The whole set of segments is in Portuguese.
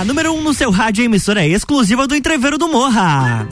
número 1 no seu rádio, emissora exclusiva do Entreveiro do Morra.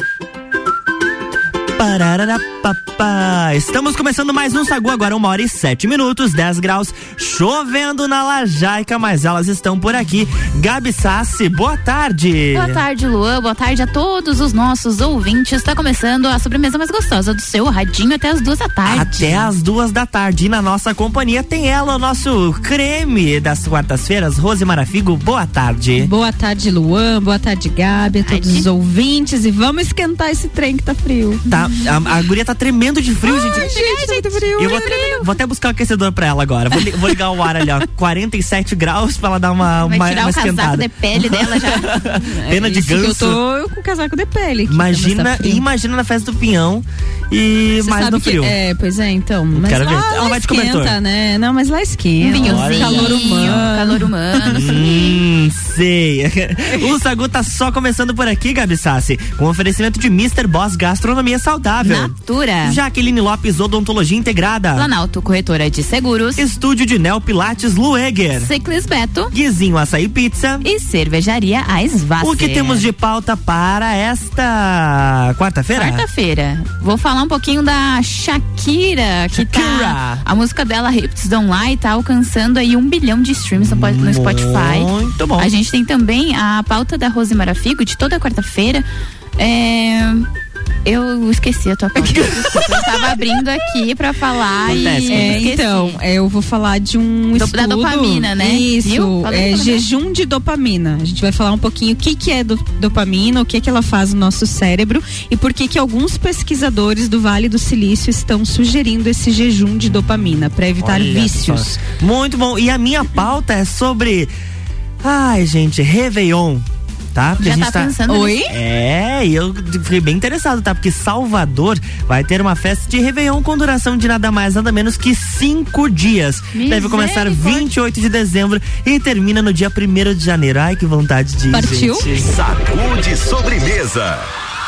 Estamos começando mais um Sagu, agora 1h07, 10 graus, chovendo na Lajaica, mas elas estão por aqui. Gabi Sassi, boa tarde. Boa tarde, Luan, boa tarde a todos os nossos ouvintes. Está começando a sobremesa mais gostosa do seu radinho até as 2 da tarde. Até as 2 da tarde, e na nossa companhia tem ela, o nosso creme das quartas-feiras, Rose Marafigo, boa tarde. Boa tarde, Luan, boa tarde, Gabi, a todos os ouvintes, e vamos esquentar esse trem que tá frio. Tá, a guria tá tremendo de frio, gente. Gente, muito frio. Eu vou até buscar o aquecedor pra ela agora. Vou ligar o ar ali, ó. 47 graus pra ela dar uma tirar uma o esquentada. Casaco de pele dela já. Pena de ganso. Eu tô com o casaco de pele aqui. Imagina na festa do Pinhão e Você mais no frio. Pois é, então. Mas quero lá, ver. lá Ela vai de esquenta, cobertor, né? Não, mas lá esquenta. Um vinhozinho. Calor humano. Sei. O Sagu tá só começando por aqui, Gabi Sassi, com oferecimento de Mr. Boss Gastronomia Saudável, Natura, Jaqueline Lopes Odontologia Integrada, Planalto Corretora de Seguros, Estúdio de Neo Pilates Lueger, Ciclis Beto, Guizinho Açaí Pizza e Cervejaria Aisvasser. O que temos de pauta para esta quarta-feira? Vou falar um pouquinho da Shakira, que tá, a música dela, Hips Don't Lie, tá alcançando aí 1 bilhão de streams no Spotify. Muito bom. A gente tem também a pauta da Rose Marafigo de toda quarta-feira. Eu esqueci a tua pauta. Desculpa, eu tava abrindo aqui pra falar então, eu vou falar de um estudo. Da dopamina, né? Isso, jejum de dopamina. A gente vai falar um pouquinho o que é dopamina, o que ela faz no nosso cérebro e por que alguns pesquisadores do Vale do Silício estão sugerindo esse jejum de dopamina para evitar vícios. Muito bom. E a minha pauta é sobre, gente, Réveillon. Tá? Porque já tá pensando Oi? E eu fiquei bem interessado, tá? Porque Salvador vai ter uma festa de Réveillon com duração de nada mais, nada menos que 5 dias. Deve começar 28 de dezembro e termina no dia 1º de janeiro. Ai, que vontade de ir. Partiu? Gente. Sacude sobremesa.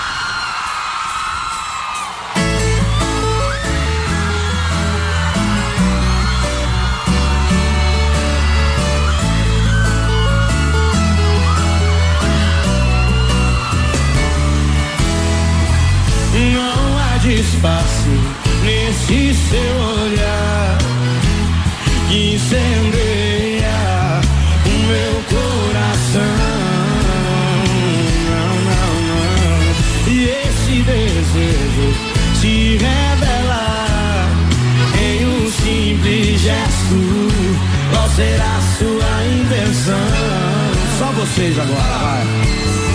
Espaço nesse seu olhar que incendeia o meu coração. Não. E esse desejo se revela em um simples gesto. Qual será a sua intenção? Só vocês agora, vai.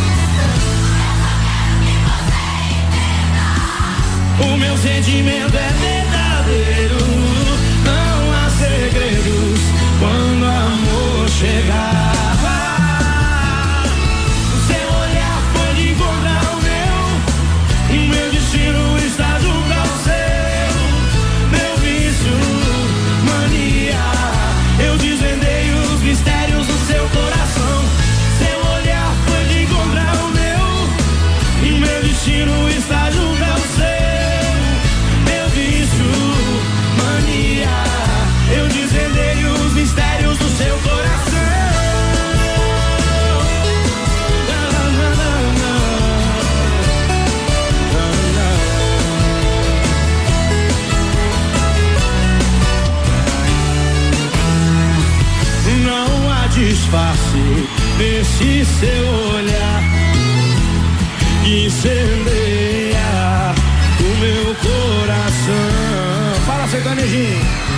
O meu sentimento é verdadeiro, não há segredos quando o amor chegar. O seu olhar foi de encontrar o meu destino está junto ao seu. Meu vício, mania, eu desvendei os mistérios do seu coração. Seu olhar foi de encontrar o meu destino está junto ao seu. Disfarce nesse seu olhar que incendeia o meu coração. Fala, sertanejinho.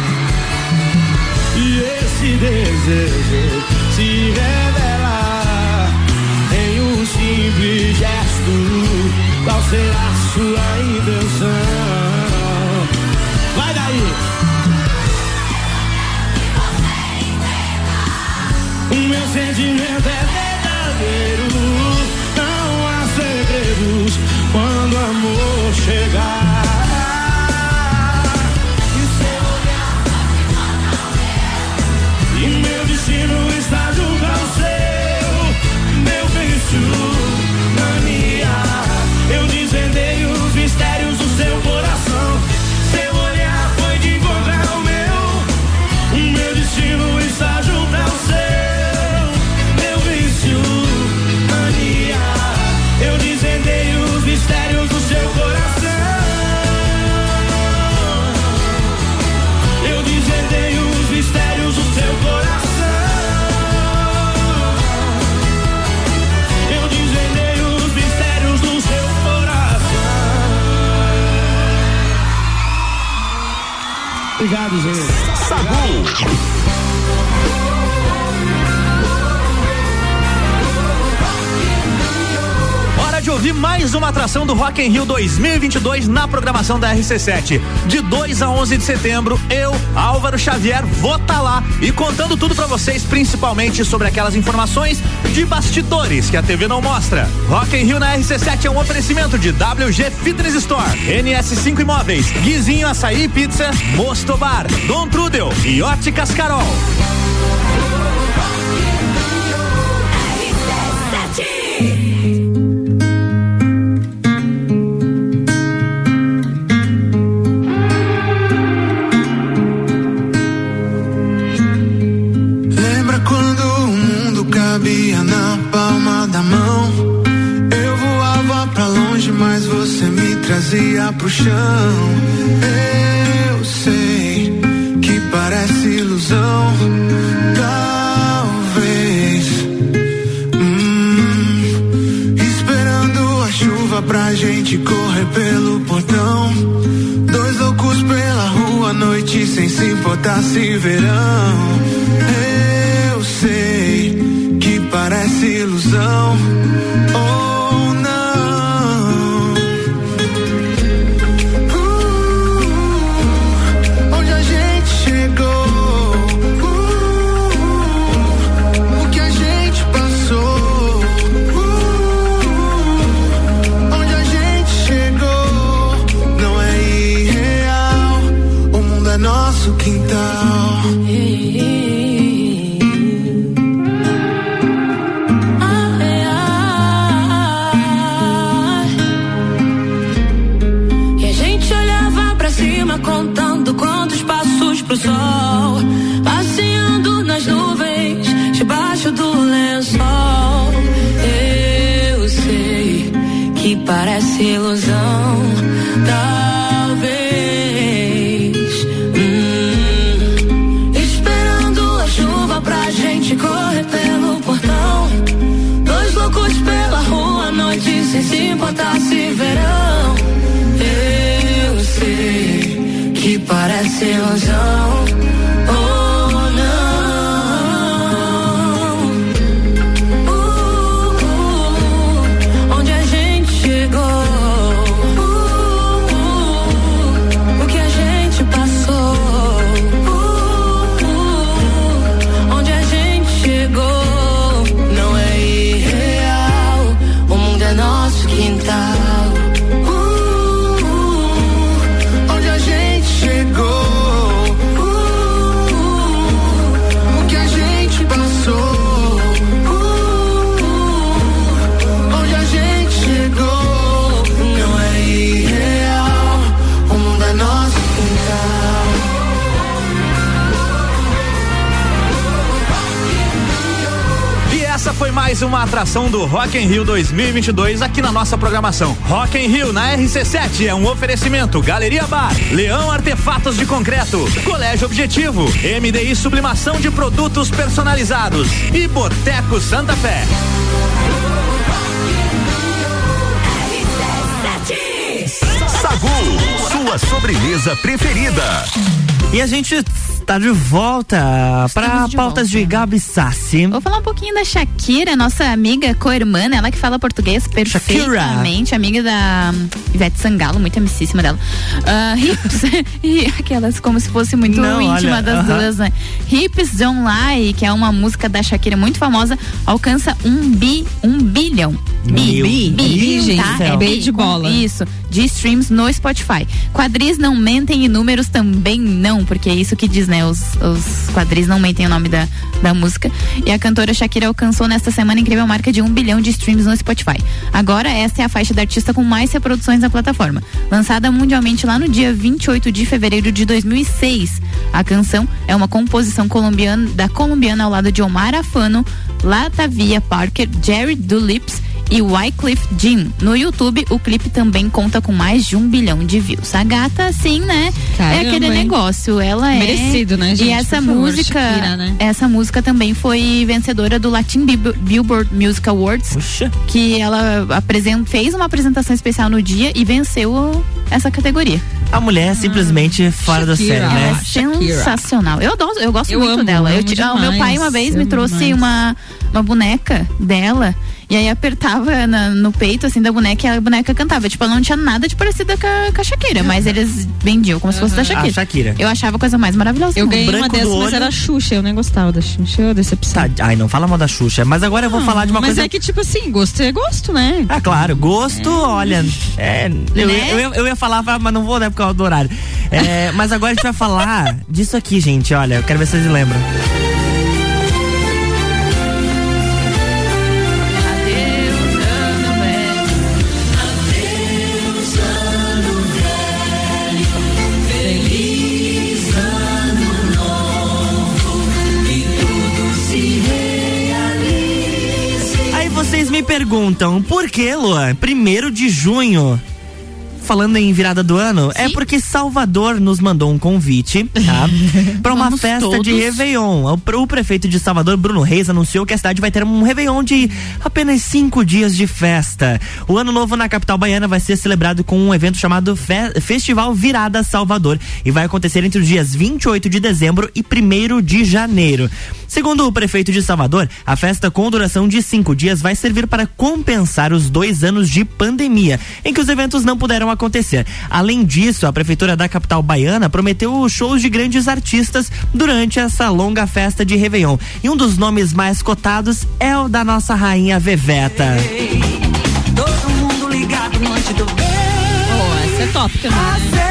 E esse desejo se revela em um simples gesto. Qual será a sua intenção? Vai daí. O meu sentimento é verdadeiro, não há segredos quando o amor chegar. E seu olhar Obrigado, gente. Sagu. De ouvir mais uma atração do Rock in Rio 2022 na programação da RC7. De 2 a 11 de setembro, eu, Álvaro Xavier, vou estar lá e contando tudo pra vocês, principalmente sobre aquelas informações de bastidores que a TV não mostra. Rock in Rio na RC7 é um oferecimento de WG Fitness Store, NS5 Imóveis, Guizinho Açaí e Pizza, Mosto Bar, Dom Trudel e Óticas Carol. Na palma da mão, eu voava pra longe, mas você me trazia pro chão. Eu sei que parece ilusão, talvez. Esperando a chuva pra gente correr pelo portão. Dois loucos pela rua à noite, sem se importar se verão. Eu sei que parece ilusão ou não. Onde a gente chegou, o que a gente passou, onde a gente chegou, não é irreal, o mundo é nosso quintal. Contando quantos passos pro sol, passeando nas nuvens, debaixo do lençol. Eu sei que parece ilusão, talvez. Esperando a chuva pra gente correr pelo portão. Dois loucos pela rua à noite, sem se importar se verão. Eu sei que parece ilusão ou não. Onde a gente chegou, o que a gente passou, onde a gente chegou, não é irreal, o mundo é nosso quintal. Chegou, o que a gente passou, onde a gente chegou, não é irreal, o mundo é nosso quintal. E essa foi mais uma atração do Rock in Rio 2022 aqui na nossa programação. Rock in Rio na RC7 é um oferecimento Galeria Bar, Leão Artefatos de Concreto, Colégio Objetivo, MDI Sublimação de Produtos Personalizados e Boteco Santa Fé. Sagu, sua sobremesa preferida. E a gente tá de volta para pautas de Gabi Sassi. Vou falar um pouquinho da Shakira, nossa amiga co-irmã, ela que fala português perfeitamente, Shakira. Amiga da Ivete Sangalo, muito amicíssima dela. Hips, e aquelas como se fosse muito íntima das duas, né? Hips Don't Lie, que é uma música da Shakira muito famosa, alcança 1 bilhão. Gente, tá? B de bola. Isso, de streams no Spotify. Quadris não mentem e números também não, porque é isso que diz, né? Os quadris não mentem o nome da música. E a cantora Shakira alcançou nesta semana a incrível marca de 1 bilhão de streams no Spotify. Agora, esta é a faixa da artista com mais reproduções na plataforma. Lançada mundialmente lá no dia 28 de fevereiro de 2006. A canção é uma composição colombiana ao lado de Omar Afano, Latavia Parker, Jerry Dulips e Wyclef Jean. No YouTube, o clipe também conta com mais de 1 bilhão de views. A gata, assim, né? Caramba, é aquele negócio. Ela merecido, né, gente? E essa Por favor, música, Shakira, né? essa música também foi vencedora do Latin Billboard Music Awards. Puxa. Que ela fez uma apresentação especial no dia e venceu essa categoria. A mulher é simplesmente fora da série, né? É sensacional. Eu gosto muito dela. O meu pai uma vez me trouxe uma boneca dela. E aí apertava no peito, assim, da boneca, e a boneca cantava. Tipo, ela não tinha nada de parecida com a Shakira, mas eles vendiam como se fosse da Shakira. A Shakira. Eu achava a coisa mais maravilhosa. Eu ganhei uma dessas, mas era a Xuxa, eu nem gostava da Xuxa, decepção. Tá, ai, não fala mal da Xuxa, mas agora eu vou falar de uma coisa... Mas é que, tipo assim, gosto é gosto, né? Ah, claro, gosto, olha, eu ia falar, mas não vou, né, por causa do horário. Mas agora a gente vai falar disso aqui, gente, olha, eu quero ver se vocês lembram. Vocês me perguntam, por que, Luan? 1º de junho. Falando em virada do ano, sim, é porque Salvador nos mandou um convite, tá? Pra uma festa de Réveillon. O prefeito de Salvador, Bruno Reis, anunciou que a cidade vai ter um Réveillon de apenas 5 dias de festa. O ano novo na capital baiana vai ser celebrado com um evento chamado Festival Virada Salvador e vai acontecer entre os dias 28 de dezembro e 1º de janeiro. Segundo o prefeito de Salvador, a festa com duração de 5 dias vai servir para compensar os 2 anos de pandemia, em que os eventos não puderam acontecer. Além disso, a prefeitura da capital baiana prometeu shows de grandes artistas durante essa longa festa de Réveillon. E um dos nomes mais cotados é o da nossa rainha Veveta. Todo mundo ligado no antes do essa é top também, né?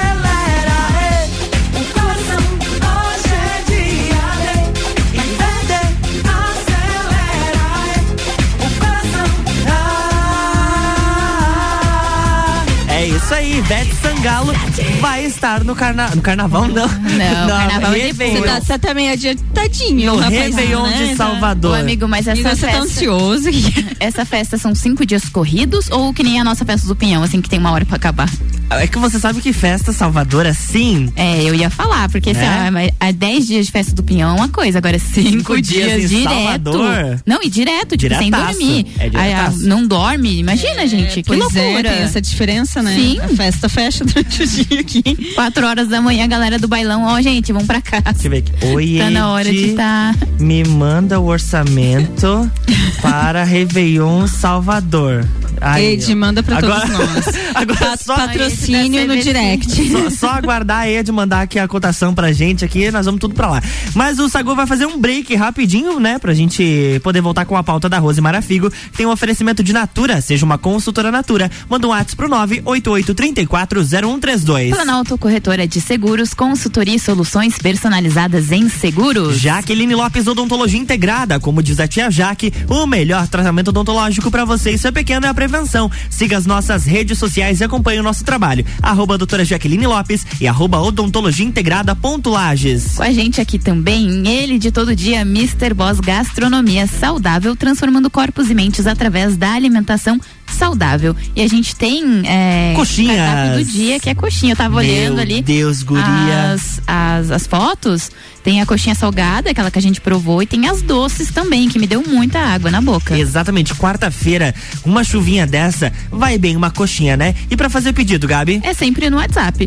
É isso aí, Ivete Sangalo vai estar no carnaval, não. Não, carnaval é depois. Você tá meio adiantadinho. No Réveillon, né, de Salvador. Ô, amigo, mas essa festa... Você tá ansioso. Essa festa são 5 dias corridos ou que nem a nossa festa do Pinhão, assim, que tem 1 hora pra acabar? É que você sabe que festa Salvador, assim... Eu ia falar, porque assim, há 10 dias de festa do Pinhão é uma coisa, agora 5 dias direto. Salvador? Não, e direto, tipo, sem dormir. Não dorme, imagina, gente, que loucura. Tem essa diferença, né? Sim. A festa fecha durante o dia aqui. 4 horas da manhã, a galera do bailão, gente, vamos pra casa. Deixa eu ver aqui. Oi, tá na hora de estar. Me manda o orçamento para Réveillon Salvador. Ed, manda pra todos nós. Agora só patrocínio no direct. Só aguardar a Ed mandar aqui a cotação pra gente aqui, nós vamos tudo pra lá. Mas o Sagu vai fazer um break rapidinho, né? Pra gente poder voltar com a pauta da Rose Marafigo. Tem um oferecimento de Natura, seja uma consultora Natura. Manda um WhatsApp pro 988340132. Planalto Corretora de Seguros, consultoria e soluções personalizadas em seguros. Jaqueline Lopes Odontologia Integrada, como diz a tia Jaque, o melhor tratamento odontológico pra você e seu pequeno é a prevenção. Siga as nossas redes sociais e acompanhe o nosso trabalho. @doutora Jaqueline Lopes e @odontologiaintegrada.lages. Com a gente aqui também, ele de todo dia, Mr. Boss Gastronomia Saudável, transformando corpos e mentes através da alimentação saudável. E a gente tem coxinhas cardápio do dia, que é coxinha. Eu tava olhando ali. Meu Deus, guria. As fotos. Tem a coxinha salgada, aquela que a gente provou, e tem as doces também, que me deu muita água na boca. Exatamente, quarta-feira, uma chuvinha dessa, vai bem uma coxinha, né? E pra fazer pedido, Gabi? É sempre no WhatsApp,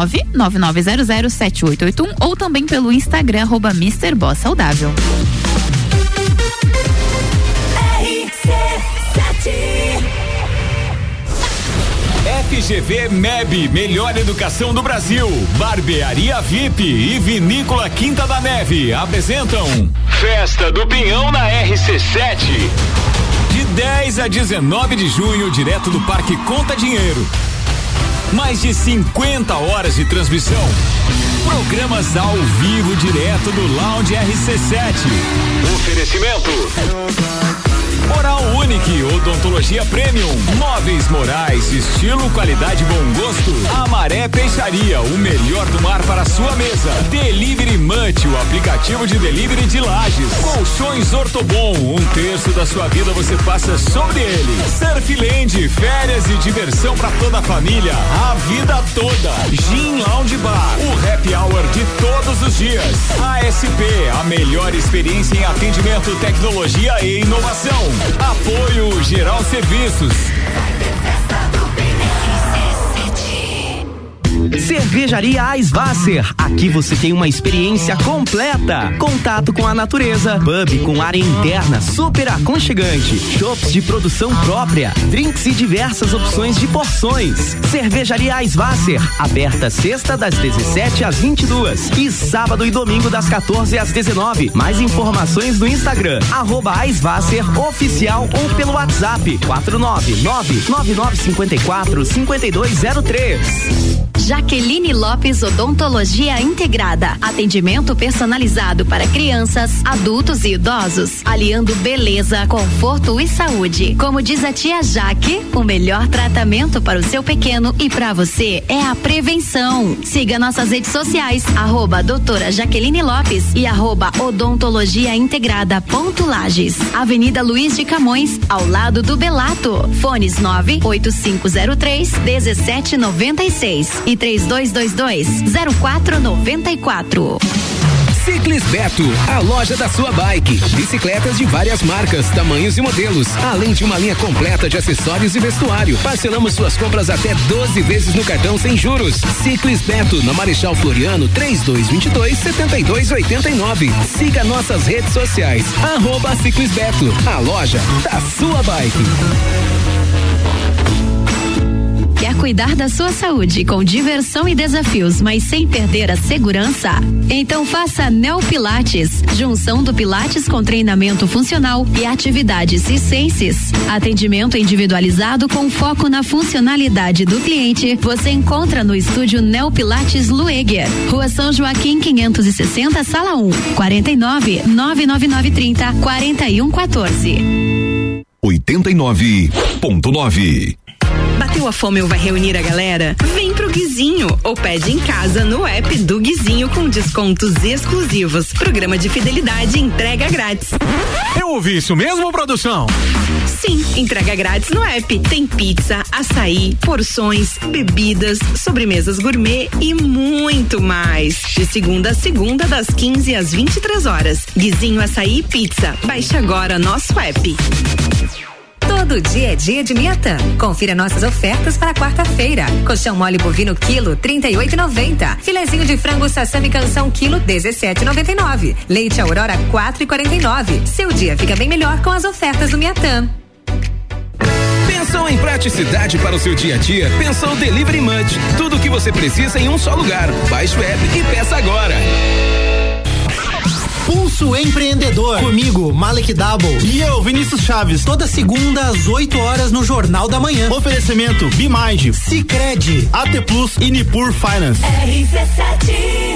999007881 ou também pelo Instagram, @Mr. Boss Saudável. FGV MEB, melhor educação do Brasil. Barbearia VIP e Vinícola Quinta da Neve apresentam Festa do Pinhão na RC7. De 10 a 19 de junho, direto do Parque Conta Dinheiro. Mais de 50 horas de transmissão. Programas ao vivo direto do Lounge RC7. Oferecimento Oral Unique, Odontologia Premium, Móveis Morais, estilo, qualidade, bom gosto. Amaré Peixaria, o melhor do mar para a sua mesa. Delivery Munch, o aplicativo de delivery de Lages. Colchões Ortobon, 1/3 da sua vida você passa sobre ele. Surfland, férias e diversão para toda a família, a vida toda. Gin Lounge Bar, o happy hour de todos os dias. ASP, a melhor experiência em atendimento, tecnologia e inovação. Apoio Geral Serviços. Cervejaria Eisvasser. Aqui você tem uma experiência completa. Contato com a natureza, pub com área interna super aconchegante, chopps de produção própria, drinks e diversas opções de porções. Cervejaria Eisvasser, aberta sexta das 17 às 22 e sábado e domingo das 14 às 19. Mais informações no Instagram @Eisvasser_oficial ou pelo WhatsApp 499-9954-5203. Jaqueline Lopes Odontologia Integrada. Atendimento personalizado para crianças, adultos e idosos, aliando beleza, conforto e saúde. Como diz a tia Jaque, o melhor tratamento para o seu pequeno e para você é a prevenção. Siga nossas redes sociais, @doutora Jaqueline Lopes e @odontologiaintegrada.lages. Avenida Luiz de Camões, ao lado do Belato. Fones 98503-1796 e 3222-0494. Ciclis Beto, a loja da sua bike. Bicicletas de várias marcas, tamanhos e modelos, além de uma linha completa de acessórios e vestuário. Parcelamos suas compras até 12 vezes no cartão sem juros. Ciclis Beto, na Marechal Floriano, 3222-7289. Siga nossas redes sociais, @Ciclis Beto, a loja da sua bike. Quer cuidar da sua saúde com diversão e desafios, mas sem perder a segurança? Então faça Neo Pilates, junção do Pilates com treinamento funcional e atividades circenses. Atendimento individualizado com foco na funcionalidade do cliente. Você encontra no estúdio Neo Pilates Lueger, Rua São Joaquim 560, Sala 1, 49-99930-4114. 89.9. Bateu a fome ou vai reunir a galera? Vem pro Guizinho ou pede em casa no app do Guizinho com descontos exclusivos. Programa de fidelidade e entrega grátis. Eu ouvi isso mesmo, produção? Sim, entrega grátis no app. Tem pizza, açaí, porções, bebidas, sobremesas gourmet e muito mais. De segunda a segunda, das 15 às 23 horas. Guizinho Açaí e Pizza. Baixe agora nosso app. Todo dia é dia de Miatã. Confira nossas ofertas para quarta-feira. Colchão mole bovino quilo 38,90. Filezinho de frango sassami canção quilo 17,99. Leite Aurora 4,49. Seu dia fica bem melhor com as ofertas do Miatã. Pensou em praticidade para o seu dia a dia? Pensou Delivery Munch. Tudo o que você precisa em um só lugar. Baixe o app e peça agora. Pulso Empreendedor. Comigo, Malek Double. E eu, Vinícius Chaves. Toda segunda às 8 horas no Jornal da Manhã. Oferecimento Bimind, Sicredi, AT Plus e Nipur Finance. RC7.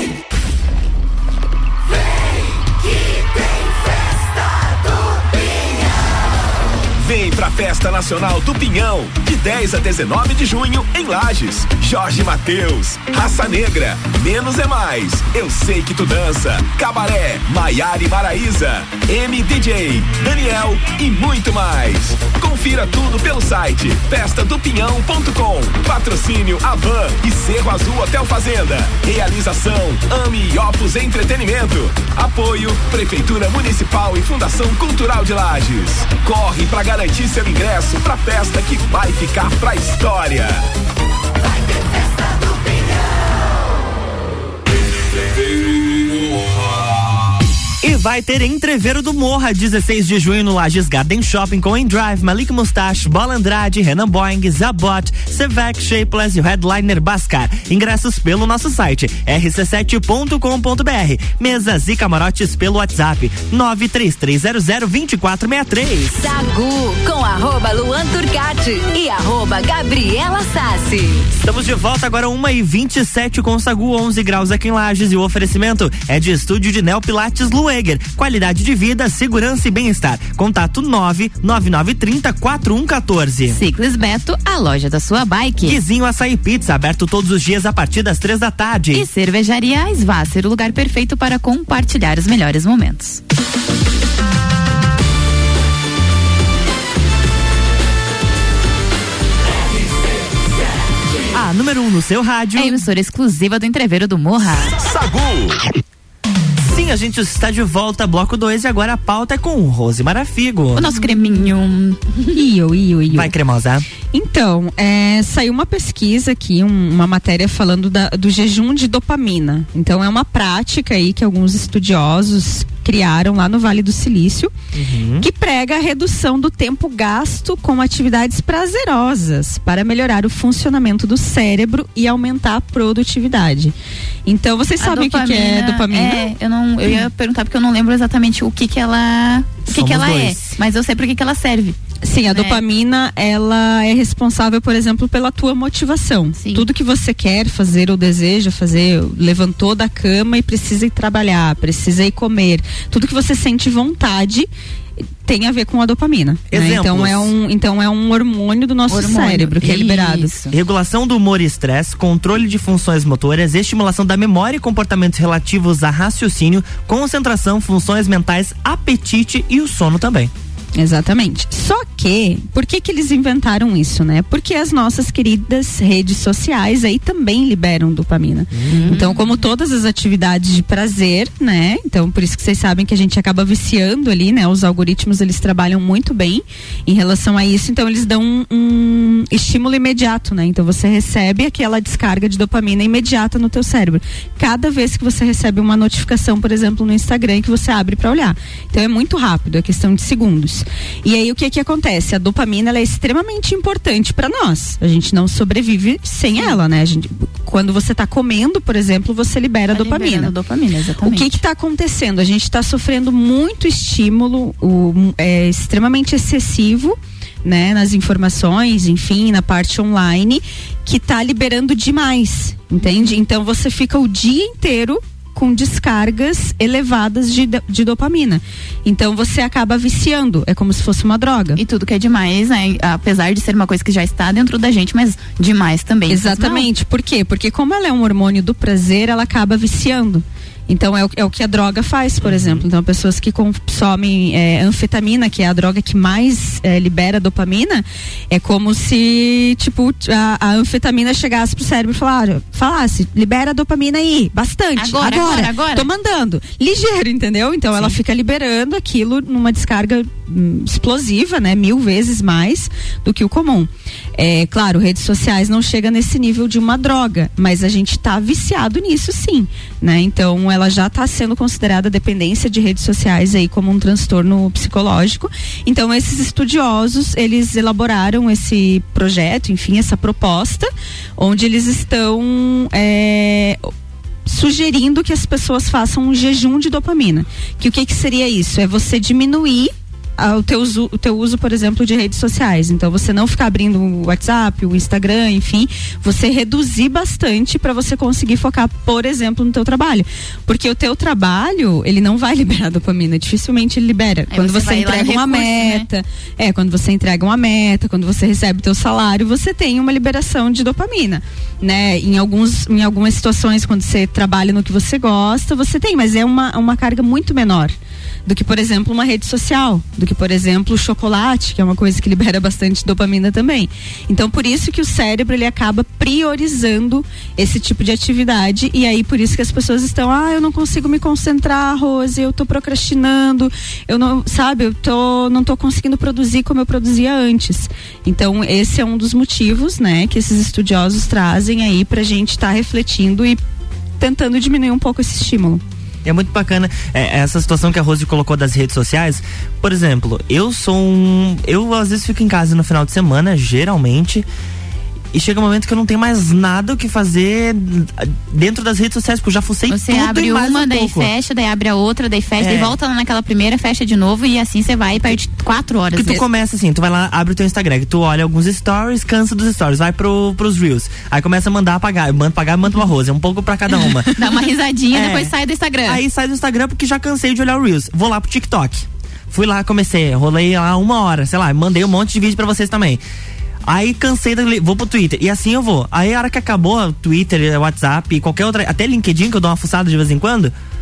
Vem que tem festa do Pinhão. Vem pra Festa Nacional do Pinhão, de 10 a 19 de junho em Lages. Jorge Mateus, Raça Negra, Menos é Mais, Eu Sei Que Tu Dança, Cabaré, Maiara e Maraíza, MDJ, Daniel e muito mais. Confira tudo pelo site festadopinhão.com. Patrocínio Avan e Cerro Azul Hotel Fazenda. Realização Ame e Opus Entretenimento. Apoio Prefeitura Municipal e Fundação Cultural de Lages. Corre pra garantir seu ingresso pra festa que vai ficar pra história. Vai ter festa do E vai ter Entreveiro do Morra, 16 de junho no Lages Garden Shopping com Endrive, Malik Mustache, Bola Andrade, Renan Boing, Zabot, Sevec, Shapeless e o headliner Bascar. Ingressos pelo nosso site rc7.com.br. Mesas e camarotes pelo WhatsApp 933002463. Sagu com @Luan Turcati e @Gabriela Sassi. Estamos de volta agora 1h27 com Sagu, 11 graus aqui em Lages, e o oferecimento é de estúdio de Neo Pilates Lueger. Qualidade de vida, segurança e bem-estar. Contato 99930-4114. Ciclis Beto, a loja da sua bike. Guizinho Açaí Pizza, aberto todos os dias a partir das 3 da tarde. E Cervejaria Eisvasser, o lugar perfeito para compartilhar os melhores momentos. A número 1 no seu rádio. É a emissora exclusiva do Entreveiro do Morra. Sagu. Sim, a gente está de volta, bloco 2, e agora a pauta é com Rose Marafigo. O nosso creminho. Vai, cremosa. Então, saiu uma pesquisa aqui, uma matéria falando do jejum de dopamina. Então, é uma prática aí que alguns estudiosos criaram lá no Vale do Silício, que prega a redução do tempo gasto com atividades prazerosas para melhorar o funcionamento do cérebro e aumentar a produtividade. Então, vocês sabem o que é dopamina? Eu ia perguntar porque eu não lembro exatamente o que ela é, mas eu sei por que ela serve. Sim, a dopamina, ela é responsável, por exemplo, pela tua motivação. Sim. Tudo que você quer fazer ou deseja fazer, levantou da cama e precisa ir trabalhar, precisa ir comer. Tudo que você sente vontade tem a ver com a dopamina. Né? Então é um hormônio do nosso cérebro que é liberado. Regulação do humor e estresse, controle de funções motoras, estimulação da memória e comportamentos relativos a raciocínio, concentração, funções mentais, apetite e o sono também. Exatamente. Só que, por que eles inventaram isso, né? Porque as nossas queridas redes sociais aí também liberam dopamina. Então, como todas as atividades de prazer, né? Então, por isso que vocês sabem que a gente acaba viciando ali, né? Os algoritmos, eles trabalham muito bem em relação a isso. Então, eles dão um estímulo imediato, né? Então, você recebe aquela descarga de dopamina imediata no teu cérebro. Cada vez que você recebe uma notificação, por exemplo, no Instagram, que você abre pra olhar. Então, é muito rápido, é questão de segundos. E aí o que acontece? A dopamina, ela é extremamente importante para nós. A gente não sobrevive sem ela, né? Quando você tá comendo, por exemplo, você libera dopamina. Exatamente. O que tá acontecendo? A gente tá sofrendo muito estímulo, extremamente excessivo, né? Nas informações, enfim, na parte online, que tá liberando demais, entende? Então você fica o dia inteiro com descargas elevadas de dopamina. Então você acaba viciando, é como se fosse uma droga. E tudo que é demais, né? Apesar de ser uma coisa que já está dentro da gente, mas demais também. Exatamente. Por quê? Porque como ela é um hormônio do prazer, ela acaba viciando. Então é o que a droga faz, por exemplo. Então pessoas que consomem anfetamina, que é a droga que mais libera dopamina, é como se tipo a anfetamina chegasse pro cérebro e falasse, libera a dopamina aí, bastante, agora, tô mandando, ligeiro, entendeu? Então ela fica liberando aquilo numa descarga explosiva, né? 1000 vezes mais do que o comum. Claro, redes sociais não chega nesse nível de uma droga, mas a gente tá viciado nisso sim, né? Então ela já está sendo considerada dependência de redes sociais aí como um transtorno psicológico. Então esses estudiosos, eles elaboraram esse projeto, enfim, essa proposta, onde eles estão sugerindo que as pessoas façam um jejum de dopamina. Que o que seria isso? É você diminuir o teu uso, por exemplo, de redes sociais. Então você não ficar abrindo o WhatsApp, o Instagram, enfim, você reduzir bastante para você conseguir focar, por exemplo, no teu trabalho. Porque o teu trabalho, ele não vai liberar dopamina, dificilmente ele libera. Quando você entrega uma meta, né? Quando você entrega uma meta, quando você recebe o teu salário, você tem uma liberação de dopamina, né? Em algumas situações, quando você trabalha no que você gosta, você tem, mas é uma carga muito menor do que, por exemplo, uma rede social, do que, por exemplo, o chocolate, que é uma coisa que libera bastante dopamina também. Então, por isso que o cérebro, ele acaba priorizando esse tipo de atividade, e aí por isso que as pessoas estão, eu não consigo me concentrar, Rose, eu tô procrastinando, eu não, sabe, não tô conseguindo produzir como eu produzia antes. Então, esse é um dos motivos, né, que esses estudiosos trazem aí pra gente estar refletindo e tentando diminuir um pouco esse estímulo. É muito bacana essa situação que a Rose colocou das redes sociais. Por exemplo, eu às vezes fico em casa no final de semana, geralmente, e chega um momento que eu não tenho mais nada o que fazer dentro das redes sociais, porque eu já fucei tudo e mais um pouco. Você abre uma, daí fecha, daí abre a outra, daí fecha, daí volta lá naquela primeira, fecha de novo, e assim você vai e perde 4 horas. Que tu começa assim, tu vai lá, abre o teu Instagram, que tu olha alguns stories, cansa dos stories, vai pros Reels, aí começa a mandar apagar, eu mando pagar e mando pro arroz, é um pouco pra cada uma. Dá uma risadinha, depois sai do Instagram. Aí sai do Instagram porque já cansei de olhar o Reels, vou lá pro TikTok. Fui lá, rolei lá 1 hora, sei lá, mandei um monte de vídeo pra vocês também. Aí cansei, vou pro Twitter, e assim eu vou. Aí a hora que acabou o Twitter, o WhatsApp, qualquer outra, até LinkedIn, que eu dou uma fuçada de vez em quando,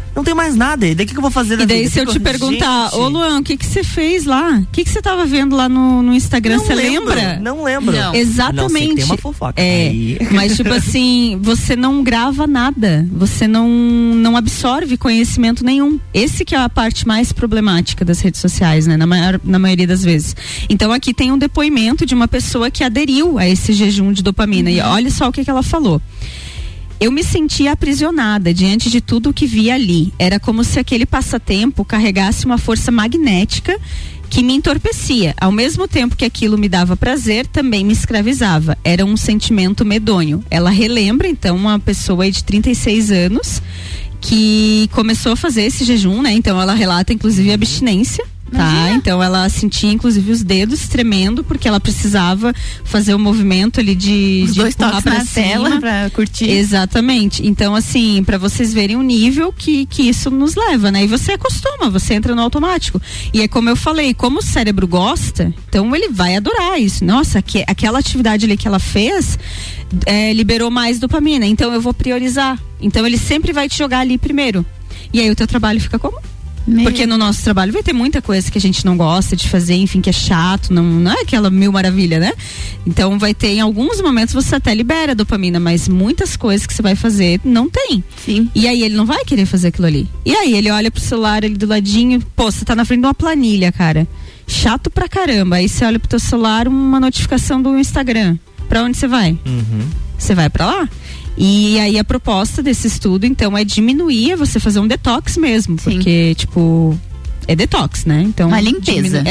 não tenho mais nada. E daí o que eu vou fazer da vida? E daí se eu te perguntar, ô Luan, o que você fez lá? O que você tava vendo lá no Instagram? Você lembra? Não lembro. Não. Exatamente. Tem uma fofoca. Mas tipo assim, você não grava nada, você não absorve conhecimento nenhum. Esse que é a parte mais problemática das redes sociais, né? Na maioria das vezes. Então aqui tem um depoimento de uma pessoa que aderiu a esse jejum de dopamina. E olha só o que ela falou. Eu me sentia aprisionada diante de tudo o que via ali. Era como se aquele passatempo carregasse uma força magnética que me entorpecia. Ao mesmo tempo que aquilo me dava prazer, também me escravizava. Era um sentimento medonho. Ela relembra, então, uma pessoa aí de 36 anos que começou a fazer esse jejum, né? Então ela relata, inclusive, a abstinência. Tá, então ela sentia inclusive os dedos tremendo porque ela precisava fazer o movimento ali de dois toques pra na tela pra curtir. Exatamente. Então assim, pra vocês verem o nível que isso nos leva, né? E você acostuma, você entra no automático. E é como eu falei, como o cérebro gosta, então ele vai adorar isso. Nossa, aquela atividade ali que ela fez liberou mais dopamina, então eu vou priorizar. Então ele sempre vai te jogar ali primeiro. E aí o teu trabalho fica como? Porque no nosso trabalho vai ter muita coisa que a gente não gosta de fazer, enfim, que é chato, não é aquela mil maravilha, né? Então vai ter, em alguns momentos você até libera dopamina, mas muitas coisas que você vai fazer não tem. Sim. E aí ele não vai querer fazer aquilo ali. E aí ele olha pro celular ali do ladinho, pô, você tá na frente de uma planilha, cara. Chato pra caramba. Aí você olha pro teu celular, uma notificação do Instagram. Pra onde você vai? Você vai pra lá? E aí a proposta desse estudo, então, é diminuir, você fazer um detox mesmo. Sim. Porque, tipo, é detox, né? Então, uma limpeza.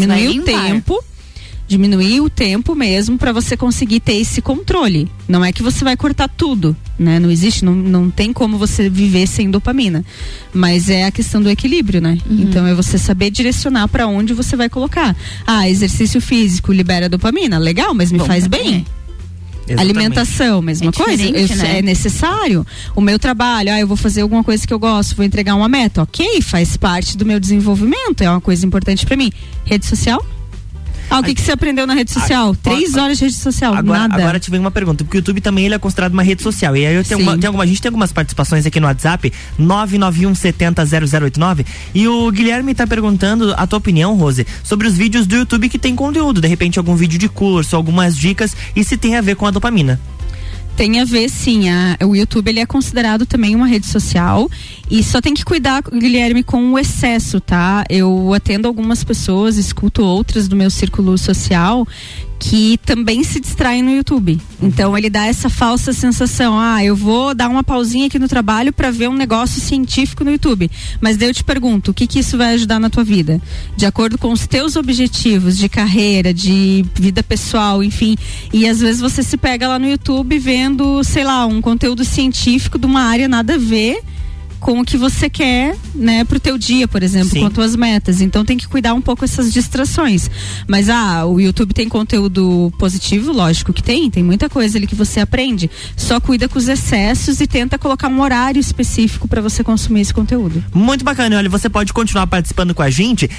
Diminuir o tempo mesmo para você conseguir ter esse controle. Não é que você vai cortar tudo, né? Não existe, não tem como você viver sem dopamina. Mas é a questão do equilíbrio, né? Então é você saber direcionar para onde você vai colocar. Exercício físico libera dopamina, legal, mas me faz bem. Exatamente. Alimentação, mesma coisa, né? É necessário. O meu trabalho, eu vou fazer alguma coisa que eu gosto, vou entregar uma meta, ok, faz parte do meu desenvolvimento, é uma coisa importante pra mim. Rede social? O que você aprendeu na rede social? 3 horas de rede social, nada. Agora te vem uma pergunta, porque o YouTube também ele é considerado uma rede social. E aí a gente tem algumas participações aqui no WhatsApp, 991700089. E o Guilherme tá perguntando a tua opinião, Rose, sobre os vídeos do YouTube que tem conteúdo. De repente, algum vídeo de curso, algumas dicas, e se tem a ver com a dopamina. Tem a ver, sim. O YouTube ele é considerado também uma rede social e só tem que cuidar, Guilherme, com o excesso, tá? Eu atendo algumas pessoas, escuto outras do meu círculo social que também se distraem no YouTube. Então ele dá essa falsa sensação, eu vou dar uma pausinha aqui no trabalho para ver um negócio científico no YouTube. Mas daí eu te pergunto, o que isso vai ajudar na tua vida? De acordo com os teus objetivos de carreira, de vida pessoal, enfim. E às vezes você se pega lá no YouTube vendo, sei lá, um conteúdo científico de uma área nada a ver com o que você quer, né, pro teu dia, por exemplo, Sim. com as tuas metas. Então tem que cuidar um pouco dessas distrações. Mas o YouTube tem conteúdo positivo, lógico que tem muita coisa ali que você aprende. Só cuida com os excessos e tenta colocar um horário específico para você consumir esse conteúdo. Muito bacana, olha, você pode continuar participando com a gente,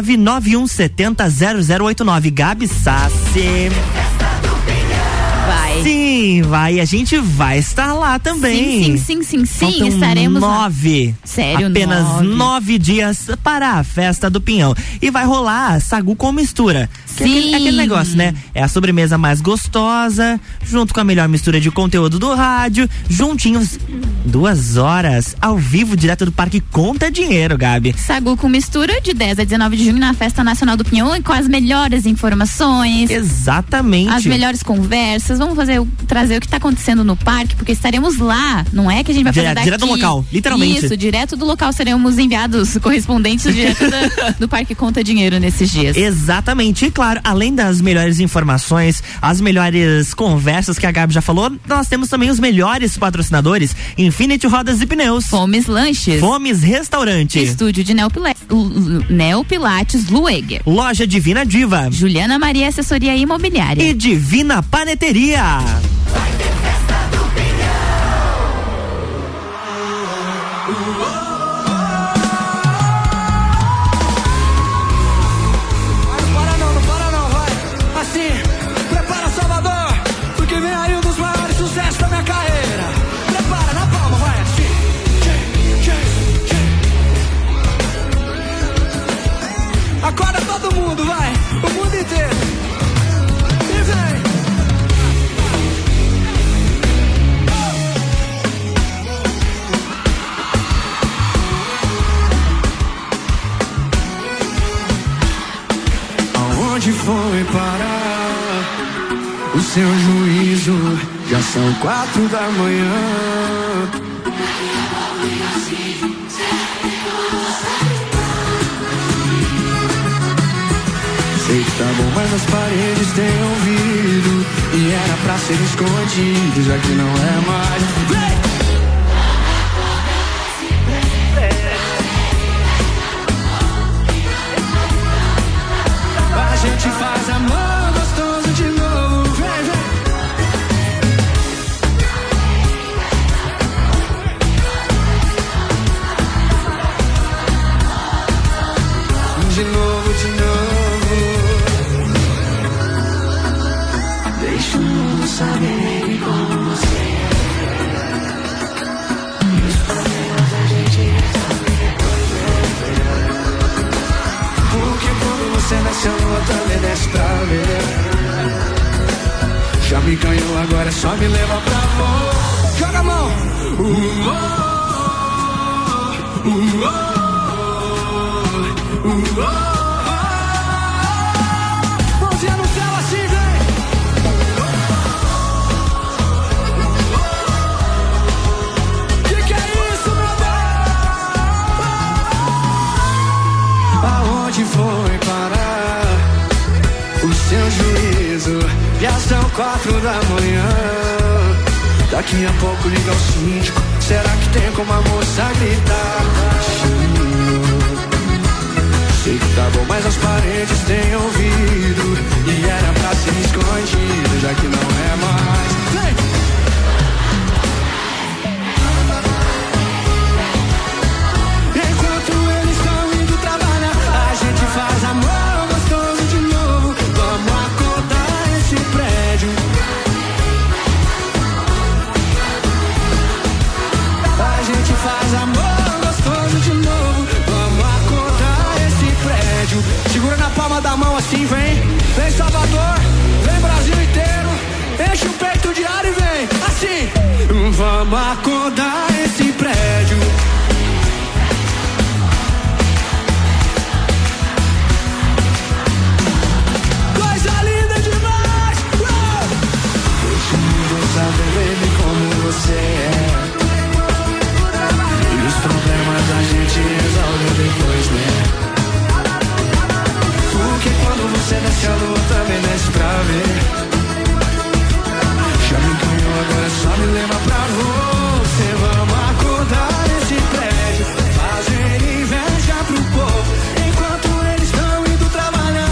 991700089. Gabi Sassi. Vai. Sim, vai. A gente vai estar lá também. Sim. Faltam Estaremos 9. Sério, apenas 9 dias para a festa do Pinhão. E vai rolar sagu com mistura. Sim. É aquele negócio, né? É a sobremesa mais gostosa, junto com a melhor mistura de conteúdo do rádio, juntinhos, 2 horas, ao vivo, direto do Parque Conta Dinheiro, Gabi. Sagu com mistura, de 10 a 19 de junho, na Festa Nacional do Pinhão, e com as melhores informações. Exatamente. As melhores conversas. Vamos trazer o que está acontecendo no parque, porque estaremos lá. Não é que a gente vai fazer daqui. Direto do local, literalmente. Isso, direto do local. Seremos enviados correspondentes direto do Parque Conta Dinheiro nesses dias. Exatamente. E claro, além das melhores informações, as melhores conversas que a Gabi já falou, nós temos também os melhores patrocinadores: Infinity Rodas e Pneus, Fomes Lanches, Fomes Restaurante, Estúdio de Neopilates Lueger, Loja Divina Diva, Juliana Maria Assessoria Imobiliária e Divina Paneteria. Vai ter festa do Não para não, vai. Assim, prepara Salvador, porque vem aí um dos maiores sucessos da minha carreira. Prepara, na palma, vai assim. foi parar o seu juízo? Já são 4 da manhã. Sei que tá bom, mas as paredes têm ouvido e era pra ser escondido, já que não é mais. A gente faz amor gostoso de novo, vem, vem. De novo, de novo. Deixa o mundo saber como você é. Os problemas a gente resolve depois, porque quando você desce a lua também desce pra ver. Já me ganhou, agora é só me levar pra amor. Joga a mão. Mãozinha no céu assim, vem. Que é isso, meu Deus? Aonde foi parar o seu juízo? Já são 4 da manhã. Daqui a pouco liga o síndico. Será que tem como a moça gritar? Sei que tá bom, mas as paredes têm ouvido e era pra ser escondido, já que não é mais. Vem! Enquanto eles estão indo trabalhar, a gente faz amor gostoso de novo. Vamos acordar esse prédio. A gente faz amor gostoso de novo. Vamos acordar esse prédio. Segura na palma da mão assim, vem. Vem Salvador, vem Brasil inteiro. Enche o peito de ar e vem, assim. Vamos acordar esse prédio. Coisa linda demais. Deixa o mundo saber, baby, como você é. E os problemas a gente resolve depois, né? Porque quando você desce a lua também desce pra ver. Já me ganhou, agora é só me leva pra você. Vamos acordar esse prédio, fazer inveja pro povo, enquanto eles estão indo trabalhar.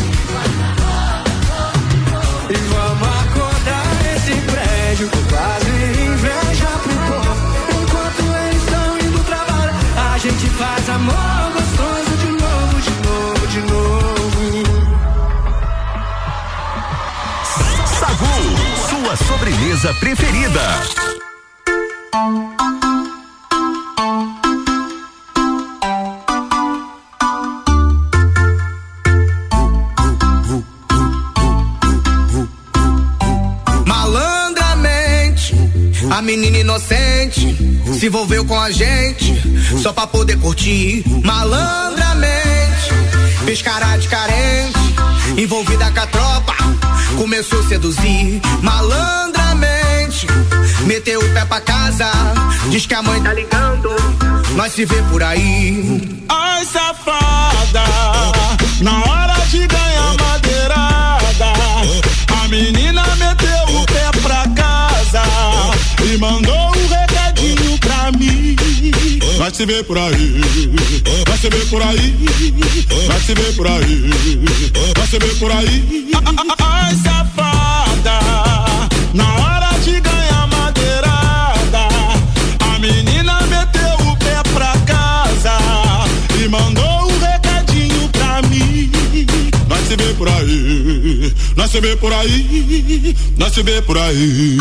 E vamos acordar esse prédio, fazer inveja pro povo, enquanto eles estão indo trabalhar. A gente faz amor gostoso de novo, de novo, de novo. Sagu, sua sobremesa preferida. Malandramente, a menina inocente se envolveu com a gente só pra poder curtir. Malandramente, fez cara de carente, envolvida com a tropa, começou a seduzir. Malandramente, meteu o pé pra casa, diz que a mãe tá ligando, nós se vê por aí. Ai, safada, na hora de ganhar madeirada, a menina meteu o pé pra casa e mandou um recadinho pra mim. Vai se ver por aí, vai se ver por aí, vai se ver por aí, vai se ver por aí. Ai, safada, na hora de ganhar madeirada, a menina meteu o pé pra casa e mandou um recadinho pra mim. Vai se ver por aí, vai se ver por aí, vai se ver por aí.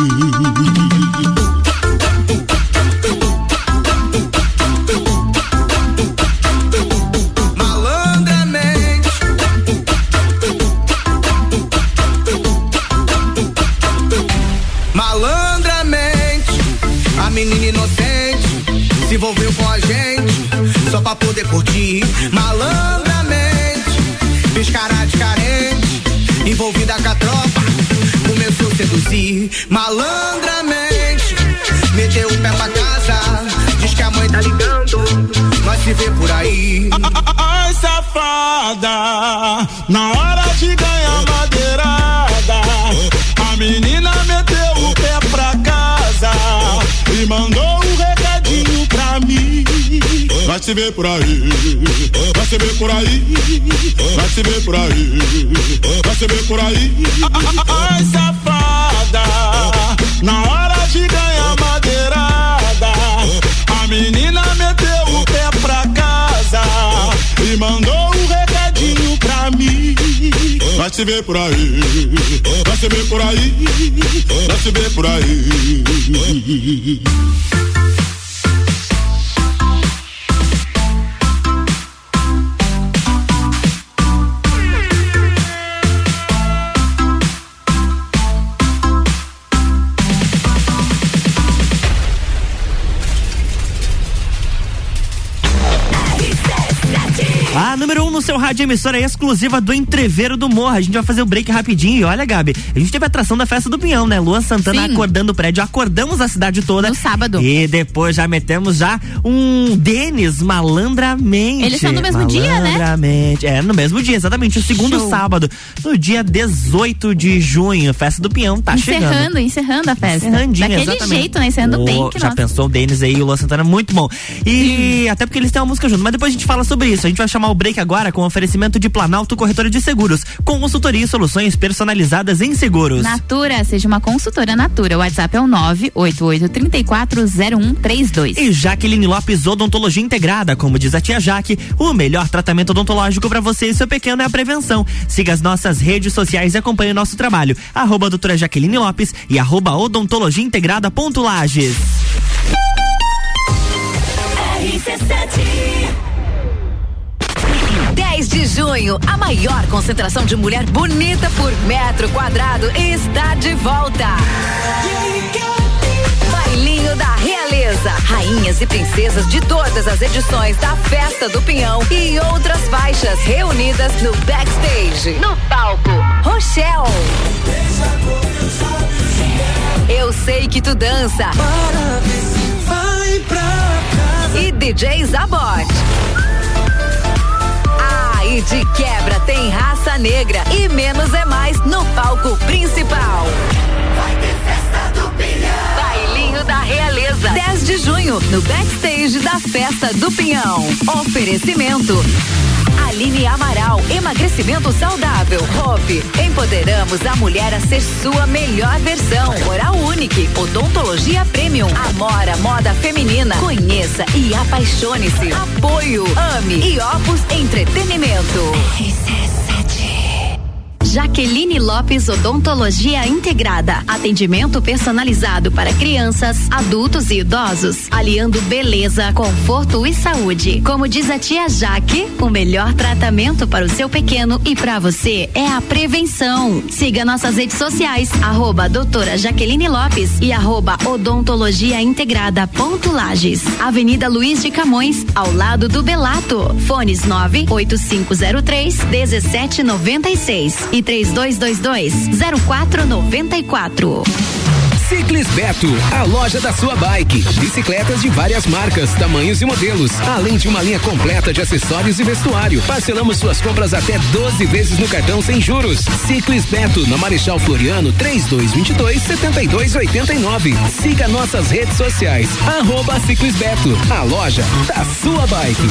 Menina inocente se envolveu com a gente só pra poder curtir. Malandramente, fez cara de carente, envolvida com a tropa, começou a seduzir malandramente. Meteu o pé pra casa, diz que a mãe tá ligando, nós se vê por aí. Ai, safada, na hora de ganhar madeirada, a menina meteu o pé pra casa e mandou um recadinho pra mim. Vai se ver por aí, vai se ver por aí, vai se ver por aí, vai se ver por aí. Ai, safada, na hora de ganhar madeirada, a menina meteu o pé pra casa e mandou um recadinho pra mim. Vai se ver por aí, vai se ver por aí, vai se ver por aí. A número 1 no seu rádio, emissora exclusiva do Entreveiro do Morro. A gente vai fazer o break rapidinho. E olha, Gabi, a gente teve a atração da Festa do Pinhão, né? Luan Santana acordando o prédio. Acordamos a cidade toda. No sábado. E depois já metemos um Denis malandramente. Eles são no mesmo dia, né? Malandramente. É, no mesmo dia, exatamente. O segundo sábado. No dia 18 de junho. Festa do Pinhão tá chegando. Encerrando a festa. Encerrandinho, daquele exatamente. jeito, né? Encerrando bem. Já pensou o Denis aí e o Luan Santana? Muito bom. E até porque eles têm uma música junto. Mas depois a gente fala sobre isso. A gente vai chamar o break agora com oferecimento de Planalto Corretora de Seguros, com consultoria e soluções personalizadas em seguros. Natura, seja uma consultora Natura. O WhatsApp é o 988340132. E Jaqueline Lopes Odontologia Integrada, como diz a tia Jaque, o melhor tratamento odontológico para você e seu pequeno é a prevenção. Siga as nossas redes sociais e acompanhe o nosso trabalho. @doutora Jaqueline Lopes e @odontologiaintegrada.lages. RC7 10 de junho, a maior concentração de mulher bonita por metro quadrado está de volta. Bailinho da Realeza, rainhas e princesas de todas as edições da Festa do Pinhão e outras faixas reunidas no backstage. No palco, Rochelle. Eu sei que tu dança. E DJ Zabot. E de quebra tem Raça Negra e Menos é Mais no palco principal. Vai ter Festa do Pinhão. Bailinho da Realeza, 10 de junho, no backstage da Festa do Pinhão. Oferecimento Aline Amaral, emagrecimento saudável. Hope, empoderamos a mulher a ser sua melhor versão. Oral Unique, odontologia premium. Amora, moda feminina. Conheça e apaixone-se. Apoio, ame e Opus Entretenimento. Jaqueline Lopes Odontologia Integrada. Atendimento personalizado para crianças, adultos e idosos, aliando beleza, conforto e saúde. Como diz a tia Jaque, o melhor tratamento para o seu pequeno e para você é a prevenção. Siga nossas redes sociais, @doutora Jaqueline Lopes e @odontologiaintegrada.lages. Avenida Luiz de Camões, ao lado do Belato. Fones 98503-1796 e 3222-0494. Ciclis Beto, a loja da sua bike. Bicicletas de várias marcas, tamanhos e modelos, além de uma linha completa de acessórios e vestuário. Parcelamos suas compras até 12 vezes no cartão sem juros. Ciclis Beto, na Marechal Floriano, 3222-7289. Siga nossas redes sociais, @Ciclis Beto, a loja da sua bike.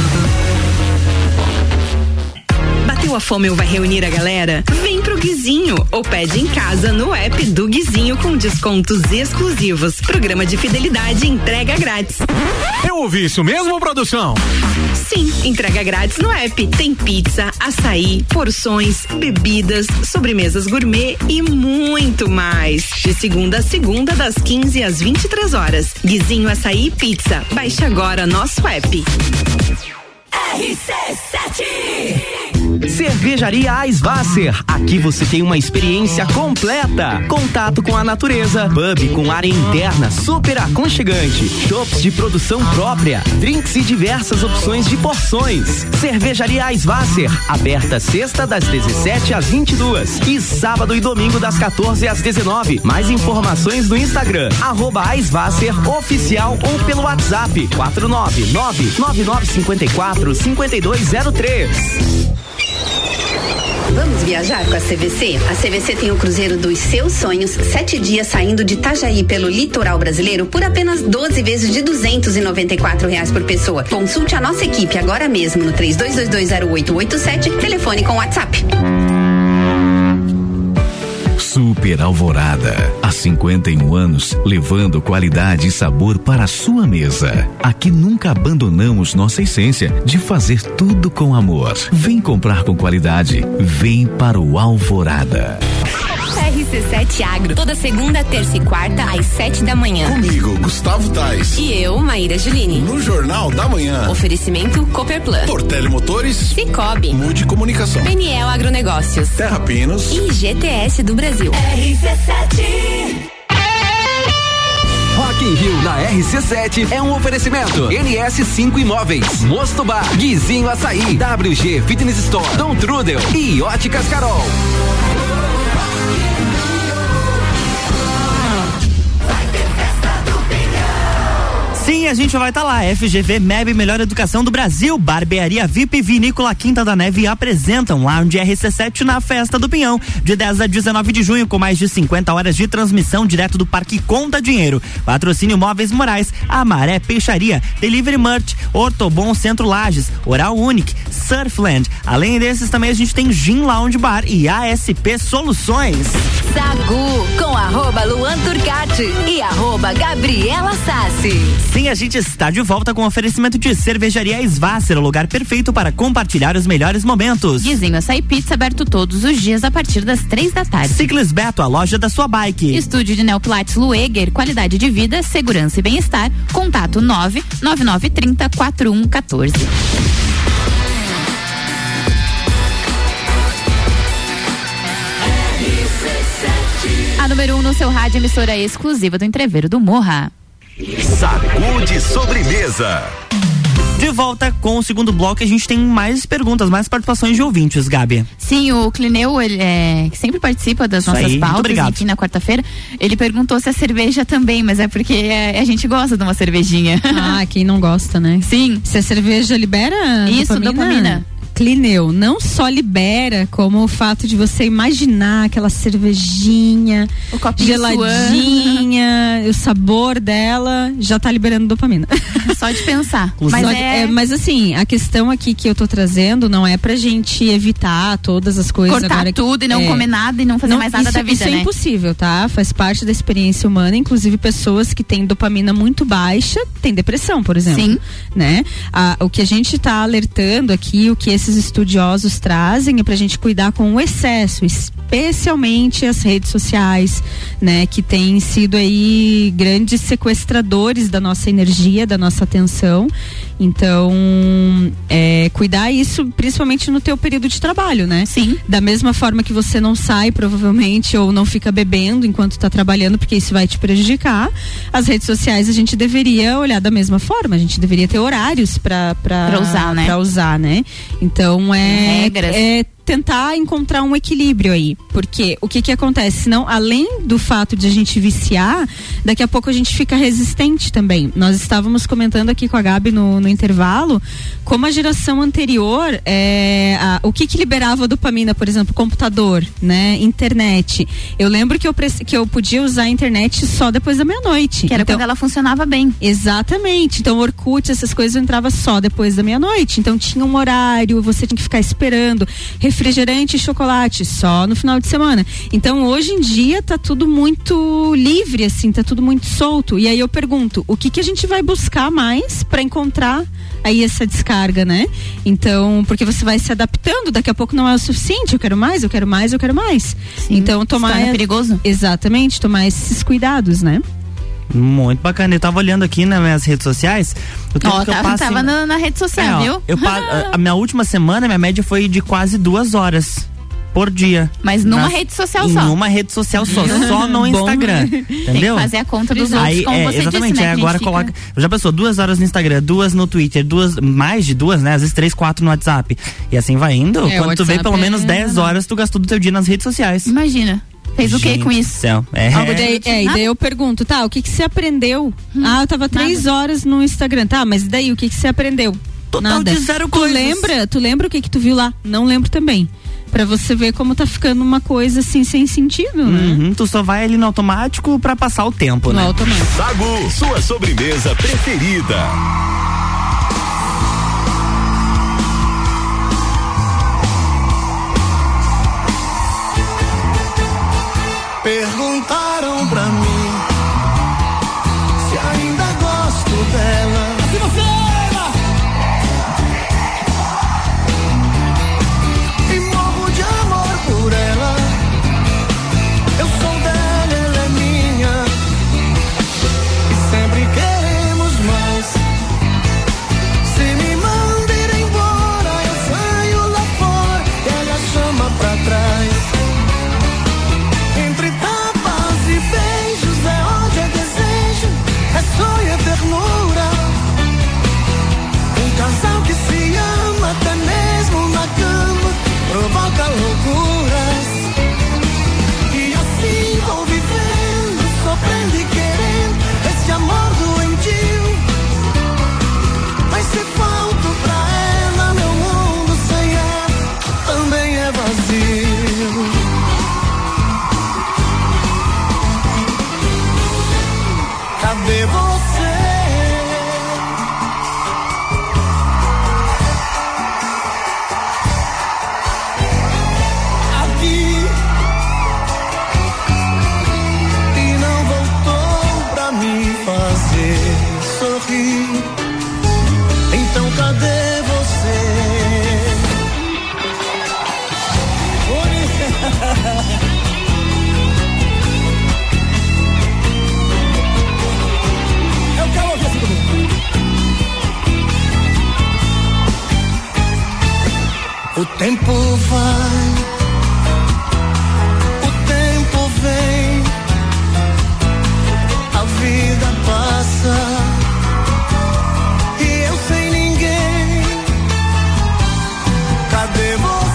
Bateu a fome ou vai reunir a galera? Vem pro Guizinho ou pede em casa no app do Guizinho com descontos exclusivos. Programa de fidelidade e entrega grátis. Eu ouvi isso mesmo, produção? Sim, entrega grátis no app. Tem pizza, açaí, porções, bebidas, sobremesas gourmet e muito mais. De segunda a segunda, das 15 às 23 horas. Guizinho Açaí e Pizza. Baixe agora nosso app. RC7 Cervejaria Eisvasser. Aqui você tem uma experiência completa. Contato com a natureza, pub com área interna super aconchegante, shops de produção própria, drinks e diversas opções de porções. Cervejaria Eisvasser, aberta sexta das 17 às 22 e sábado e domingo das 14 às 19. Mais informações no Instagram @Eisvasser oficial ou pelo WhatsApp 499-9954-5203. Vamos viajar com a CVC? A CVC tem o cruzeiro dos seus sonhos, 7 dias saindo de Itajaí pelo litoral brasileiro por apenas 12 vezes de R$294 por pessoa. Consulte a nossa equipe agora mesmo no 32220887, telefone com WhatsApp. Super Alvorada, há 51 anos, levando qualidade e sabor para a sua mesa. Aqui nunca abandonamos nossa essência de fazer tudo com amor. Vem comprar com qualidade, vem para o Alvorada. RC7 Agro, toda segunda, terça e quarta, às 7 da manhã. Comigo, Gustavo Tais. E eu, Maíra Juline. No Jornal da Manhã. Oferecimento Cooperplan. Portele Motores. Cicobi. Mude Comunicação. PNL Agronegócios. Terra Pinos. E GTS do Brasil. RC7. Rock in Rio na RC7 é um oferecimento. NS5 Imóveis, Mosto Bar, Guizinho Açaí, WG Fitness Store, Dom Trudel e Óticas Carol. Sim, a gente vai estar lá. FGV, MEB, Melhor Educação do Brasil, Barbearia VIP, Vinícola Quinta da Neve apresentam Lounge RC7 na Festa do Pinhão, de 10 a 19 de junho, com mais de 50 horas de transmissão direto do Parque Conta Dinheiro. Patrocínio Móveis Morais, Amaré Peixaria, Delivery Mart, Ortobon Centro Lages, Oral Unique, Surfland. Além desses, também a gente tem Gin Lounge Bar e ASP Soluções. Sagu, com @Luan Turcati e @Gabriela Sassi. Sim, a gente está de volta com oferecimento de Cervejaria Eisvasser, o lugar perfeito para compartilhar os melhores momentos. Guizinho Açaí Pizza, aberto todos os dias a partir das 3 da tarde. Ciclis Beto, a loja da sua bike. Estúdio de Neopilates Lueger, qualidade de vida, segurança e bem-estar. Contato 99930-4114. A número 1 no seu rádio, emissora exclusiva do Entreveiro do Morra. Sacude Sobremesa. De volta com o segundo bloco, a gente tem mais perguntas, mais participações de ouvintes, Gabi. Sim, o Clineu, ele que sempre participa das nossas pautas, enfim, na quarta-feira, ele perguntou se a cerveja também, mas é porque a gente gosta de uma cervejinha. Ah, quem não gosta, né? Sim. Se a cerveja libera isso, dopamina. Clineu não só libera, como o fato de você imaginar aquela cervejinha geladinha, o sabor dela já tá liberando dopamina. Só de pensar. Mas assim, a questão aqui que eu tô trazendo não é pra gente evitar todas as coisas. Cortar agora tudo e não comer nada e não fazer mais nada da vida, isso é impossível, tá? Faz parte da experiência humana, inclusive pessoas que têm dopamina muito baixa têm depressão, por exemplo. Sim. Né? O que a gente tá alertando aqui, o que esses estudiosos trazem é pra gente cuidar com o excesso, especialmente as redes sociais, né? Que têm sido aí grandes sequestradores da nossa energia, da nossa atenção. Então, cuidar isso principalmente no teu período de trabalho, né? Sim. Da mesma forma que você não sai, provavelmente, ou não fica bebendo enquanto tá trabalhando, porque isso vai te prejudicar, as redes sociais a gente deveria olhar da mesma forma, a gente deveria ter horários pra usar, né? Pra usar, né? Então, regras. Tentar encontrar um equilíbrio aí, porque o que acontece, senão, além do fato de a gente viciar, daqui a pouco a gente fica resistente também. Nós estávamos comentando aqui com a Gabi no intervalo, como a geração anterior, o que liberava dopamina, por exemplo, computador, né, internet. Eu lembro que eu podia usar a internet só depois da meia-noite. Que era quando ela funcionava bem. Exatamente. Então, Orkut, essas coisas eu entrava só depois da meia-noite. Então, tinha um horário, você tinha que ficar esperando. Refrigerante e chocolate só no final de semana. Então, hoje em dia tá tudo muito livre, assim, tá tudo muito solto. E aí eu pergunto, o que a gente vai buscar mais para encontrar aí essa descarga, né? Então, porque você vai se adaptando, daqui a pouco não é o suficiente, eu quero mais, eu quero mais, eu quero mais. Sim, então, tomar é perigoso. Exatamente, tomar esses cuidados, né? Muito bacana. Eu tava olhando aqui nas minhas redes sociais. Tava na rede social, viu? A minha última semana, minha média foi de quase 2 horas por dia. Mas numa rede social só. Numa rede social só no Instagram. Entendeu? Tem que fazer a conta dos outros, como você exatamente, disse, né? Agora coloca. Já pensou, 2 horas no Instagram, 2 no Twitter, mais de 2, né? Às vezes 3, 4 no WhatsApp. E assim vai indo. Quando tu vê pelo menos 10 horas, tu gastou do teu dia nas redes sociais. Imagina. Fez o que com isso? E daí eu pergunto, tá, o que você aprendeu? Eu tava 3 horas no Instagram, tá, mas daí o que você aprendeu? Total de 0 coisas. Tu lembra o que tu viu lá? Não lembro também. Pra você ver como tá ficando uma coisa assim sem sentido, né? Tu só vai ali no automático pra passar o tempo, né? Automático. Sagu, sua sobremesa preferida. Perguntaram pra mim se ainda gosto dela. Se você ama! E morro de amor por ela. Eu sou dela, ela é minha. E sempre queremos mais. Se me manda ir embora, eu saio lá fora. Ela chama pra trás. Entre tapas e beijos é ódio, é desejo, é sonho, é ternura. Um casal que se ama até mesmo na cama provoca loucuras. E assim vou vivendo, sofrendo e querendo esse amor doentio. Mas se falto pra ela, meu mundo sem ela também é vazio. Cadê você? Aqui e não voltou pra me fazer sorrir. Então cadê você? Eu quero ouvir assim comigo. O tempo vai, o tempo vem, a vida passa e eu sem ninguém. Cadê você?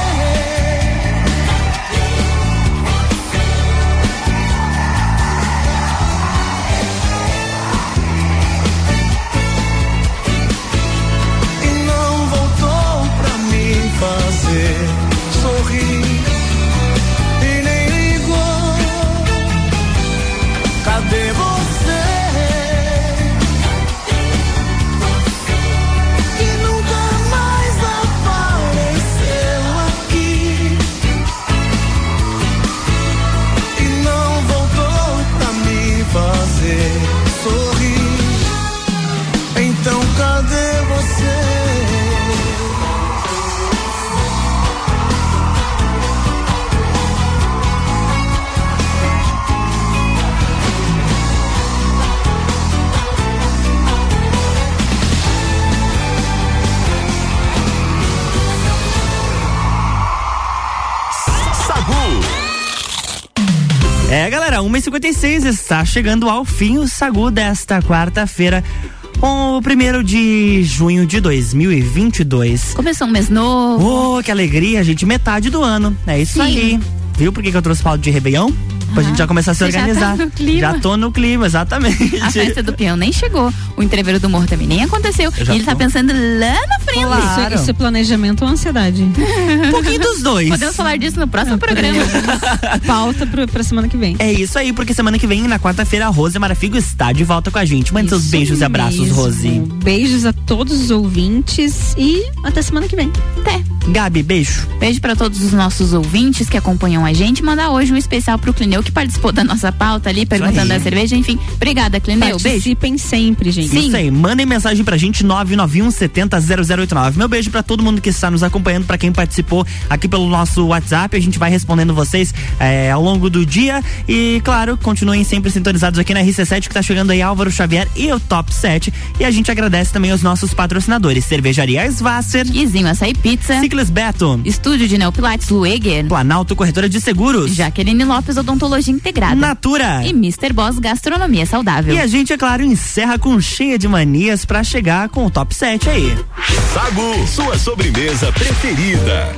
Fazer sorrir e nem ligou. Cadê você? Que nunca mais apareceu aqui e não voltou pra me fazer sorrir. Então cadê você? Galera, 1h56, está chegando ao fim o Sagu desta quarta-feira, o 1º de junho de 2022. Começou um mês novo. Oh, que alegria, gente, metade do ano, é isso. Sim. Aí. Viu por que eu trouxe pauta de Réveillon? Pra gente já começar a se organizar. Já tá no clima. Já tô no clima, exatamente. A festa do peão nem chegou. O entreveiro do morro também nem aconteceu. E ele tá pensando lá na frente. Claro. Isso é planejamento ou ansiedade? Um pouquinho dos dois. Podemos falar disso no próximo programa. Pauta pra semana que vem. É isso aí, porque semana que vem, na quarta-feira, a Rose Marafigo está de volta com a gente. Mande seus beijos e abraços, Rose. Beijos a todos os ouvintes e até semana que vem. Até. Gabi, beijo. Beijo pra todos os nossos ouvintes que acompanham a gente. Mandar hoje um especial pro Clineu, que participou da nossa pauta ali, perguntando da cerveja. Enfim, obrigada, Clineu. Beijo. Participem sempre, gente. Sim. Isso aí, mandem mensagem pra gente, 991 70 998900989. Meu beijo pra todo mundo que está nos acompanhando, pra quem participou aqui pelo nosso WhatsApp. A gente vai respondendo vocês ao longo do dia. E, claro, continuem sempre sintonizados aqui na RC7, que tá chegando aí Álvaro Xavier e o Top 7. E a gente agradece também aos nossos patrocinadores: Cervejaria Svasser, Guizinho Açaí Pizza, Ciclis Beto, Estúdio de Neopilates Lueger, Planalto Corretora de Seguros, Jaqueline Lopes Odontologia Integrada, Natura e Mr. Boss Gastronomia Saudável. E a gente, é claro, encerra com Cheia de Manias pra chegar com o Top 7 aí. Sagu, sua sobremesa preferida.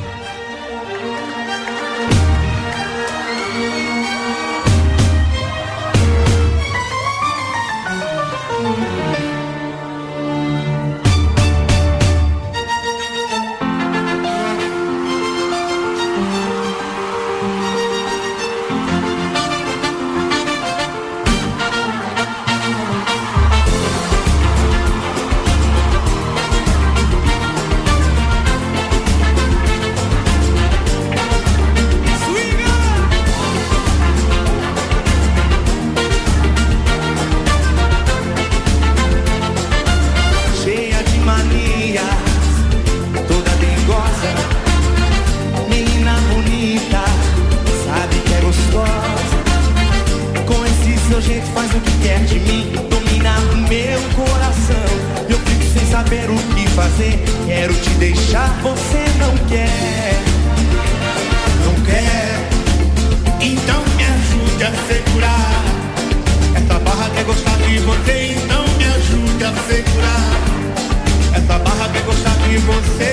Quero te deixar, você não quer. Não quer? Então me ajude a segurar. Essa barra quer gostar de você, então me ajude a segurar. Essa barra quer gostar de você.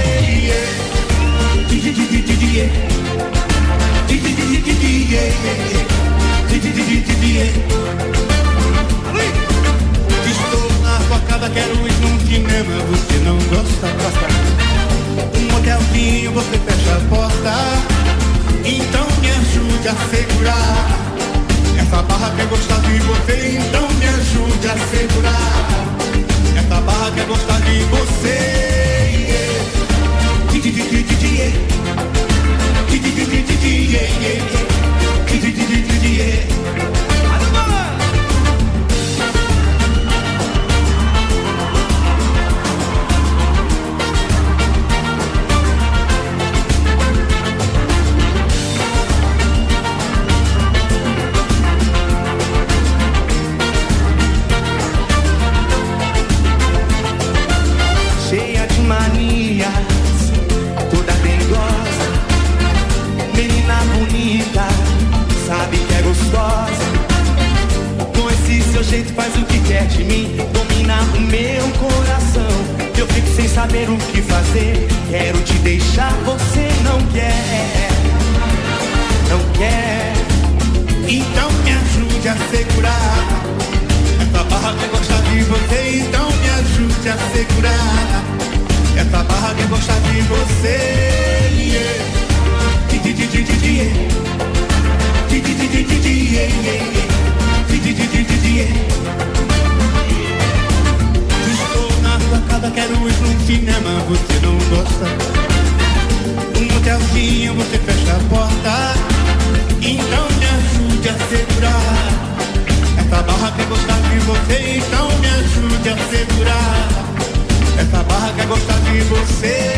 Estou na sua casa, quero ir num cinema, você não gosta, um motelzinho, você fecha a porta. Então me ajude a segurar. Essa barra quer gostar de você, então me ajude a segurar. Essa barra quer gostar de você. Cheia de manias, toda dengosa, menina bonita, sabe que é gostosa. Com esse seu jeito faz o que quer de mim, domina o meu coração. Eu fico sem saber o que fazer, quero te deixar, você não quer. Não quer? Então me ajude a segurar. Essa barra quer gostar de você, então me ajude a segurar. Essa barra quer gostar de você. Estou na sua casa, quero ir num cinema, você não gosta. Um motelzinho, você fecha a porta. Então me ajude a segurar. Essa barra quer gostar de você, então me ajude a segurar. Essa barra quer gostar de você.